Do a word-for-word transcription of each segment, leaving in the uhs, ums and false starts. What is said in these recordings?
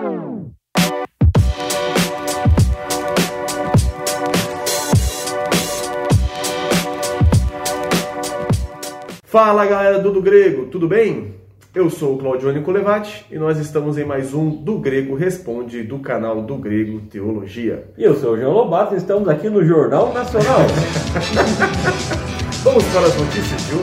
Fala galera do Do Grego, tudo bem? Eu sou o Claudione Colevati e nós estamos em mais um Do Grego Responde do canal Do Grego Teologia. E eu sou o João Lobato e estamos aqui no Jornal Nacional. Vamos para as notícias de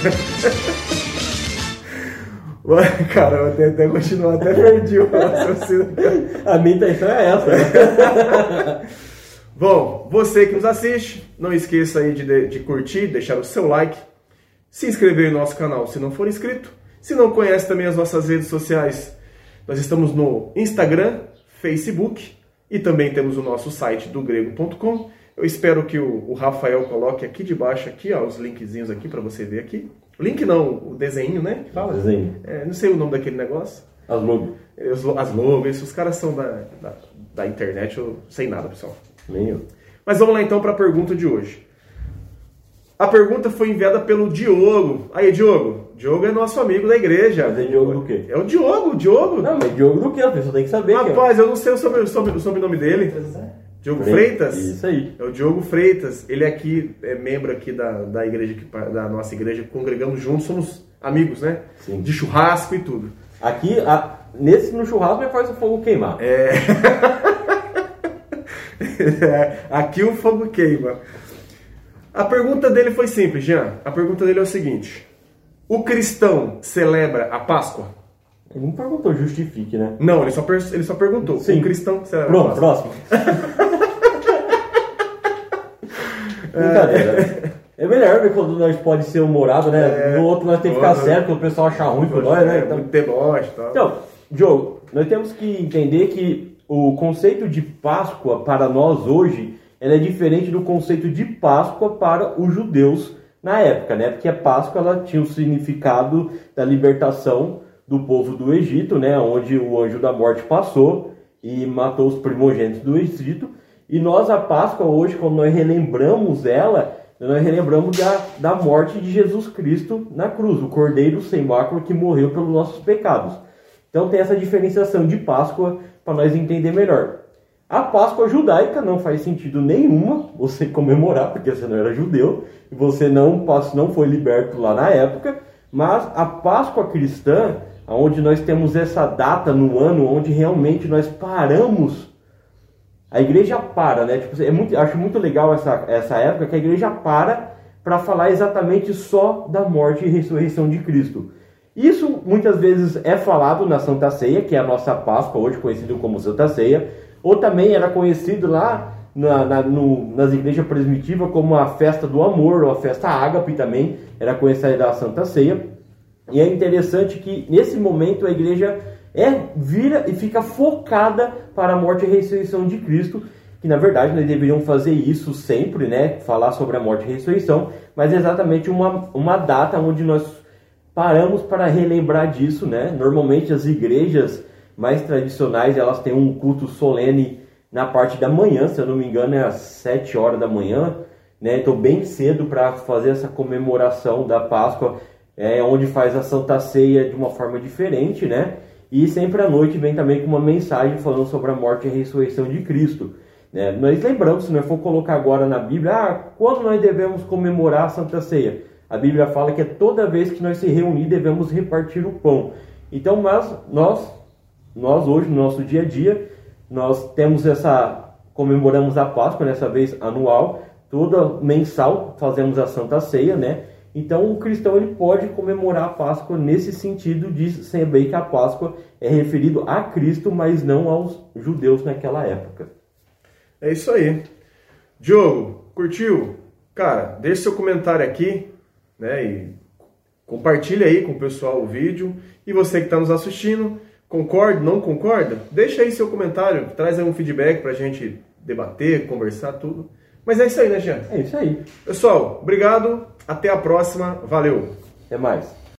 hoje. Cara, eu até, até continuar, até perdi o raciocínio. A minha intenção é essa. Né? Bom, você que nos assiste, não esqueça aí de, de curtir, deixar o seu like, se inscrever no nosso canal se não for inscrito. Se não conhece também as nossas redes sociais, nós estamos no Instagram, Facebook e também temos o nosso site do grego ponto com. Eu espero que o, o Rafael coloque aqui de baixo aqui, ó, os linkzinhos aqui para você ver aqui. Link não, o desenho, né? Fala, desenho. É, não sei o nome daquele negócio. As logos. As logos, os caras são da, da, da internet, eu sei nada, pessoal. Nem eu. Mas vamos lá então para a pergunta de hoje. A pergunta foi enviada pelo Diogo. Aí, Diogo. Diogo é nosso amigo da igreja. Mas é Diogo do quê? É o Diogo, o Diogo. Não, mas Diogo do quê? A pessoa tem que saber. Rapaz, eu não sei o, sobre, sobre, o sobrenome dele. Diogo Freitas? Isso aí. É o Diogo Freitas. Ele aqui é membro aqui da, da igreja, da nossa igreja. Congregamos juntos, somos amigos, né? Sim. De churrasco e tudo. Aqui, a, nesse no churrasco, faz o fogo queimar. É. é. Aqui o fogo queima. A pergunta dele foi simples, Jean. A pergunta dele é o seguinte: o cristão celebra a Páscoa? Ele não perguntou, justifique, né? Não, ele só, per ele só perguntou. Sim. O cristão celebra Pronto, a Páscoa? próximo. Brincadeira. É melhor ver quando nós pode ser humorado, né? É, no outro nós temos que ficar certo, porque o pessoal achar ruim por nós, né? Então, muito deboche e tal. Então, Diogo, nós temos que entender que o conceito de Páscoa para nós hoje, ela é diferente do conceito de Páscoa para os judeus na época, né? Porque a Páscoa ela tinha o significado da libertação do povo do Egito, né? Onde o anjo da morte passou e matou os primogênitos do Egito. E nós, a Páscoa hoje, quando nós relembramos ela, nós relembramos da, da morte de Jesus Cristo na cruz, o Cordeiro sem mácula que morreu pelos nossos pecados. Então tem essa diferenciação de Páscoa para nós entender melhor. A Páscoa judaica não faz sentido nenhuma você comemorar, porque você não era judeu, e você não, não foi liberto lá na época, mas a Páscoa cristã, onde nós temos essa data no ano, onde realmente nós paramos, a igreja para, né? Tipo, é muito, acho muito legal essa, essa época que a igreja para para falar exatamente só da morte e ressurreição de Cristo. Isso muitas vezes é falado na Santa Ceia, que é a nossa Páscoa, hoje conhecido como Santa Ceia, ou também era conhecido lá na, na, no, nas igrejas primitivas como a festa do amor, ou a festa ágape também, era conhecida da Santa Ceia. E é interessante que nesse momento a igreja é, vira e fica focada para a morte e ressurreição de Cristo, que na verdade nós deveríamos fazer isso sempre, né? Falar sobre a morte e ressurreição, mas é exatamente uma, uma data onde nós paramos para relembrar disso, né? Normalmente as igrejas mais tradicionais, elas têm um culto solene na parte da manhã, se eu não me engano é às sete horas da manhã, né? Então bem cedo para fazer essa comemoração da Páscoa, é onde faz a Santa Ceia de uma forma diferente, né? E sempre à noite vem também com uma mensagem falando sobre a morte e a ressurreição de Cristo, né? Nós lembramos, se nós for colocar agora na Bíblia, ah, quando nós devemos comemorar a Santa Ceia? A Bíblia fala que é toda vez que nós se reunir devemos repartir o pão. Então, mas nós, nós hoje, no nosso dia a dia, nós temos essa, comemoramos a Páscoa, nessa vez anual, toda mensal fazemos a Santa Ceia, né? Então o cristão ele pode comemorar a Páscoa nesse sentido de saber que a Páscoa é referido a Cristo, mas não aos judeus naquela época. É isso aí. Diogo, curtiu? Cara, deixe seu comentário aqui, né? E compartilha aí com o pessoal o vídeo. E você que está nos assistindo, concorda, não concorda? Deixa aí seu comentário, traz aí um feedback para a gente debater, conversar, tudo. Mas é isso aí, né, Jean? É isso aí. Pessoal, obrigado. Até a próxima. Valeu. Até mais.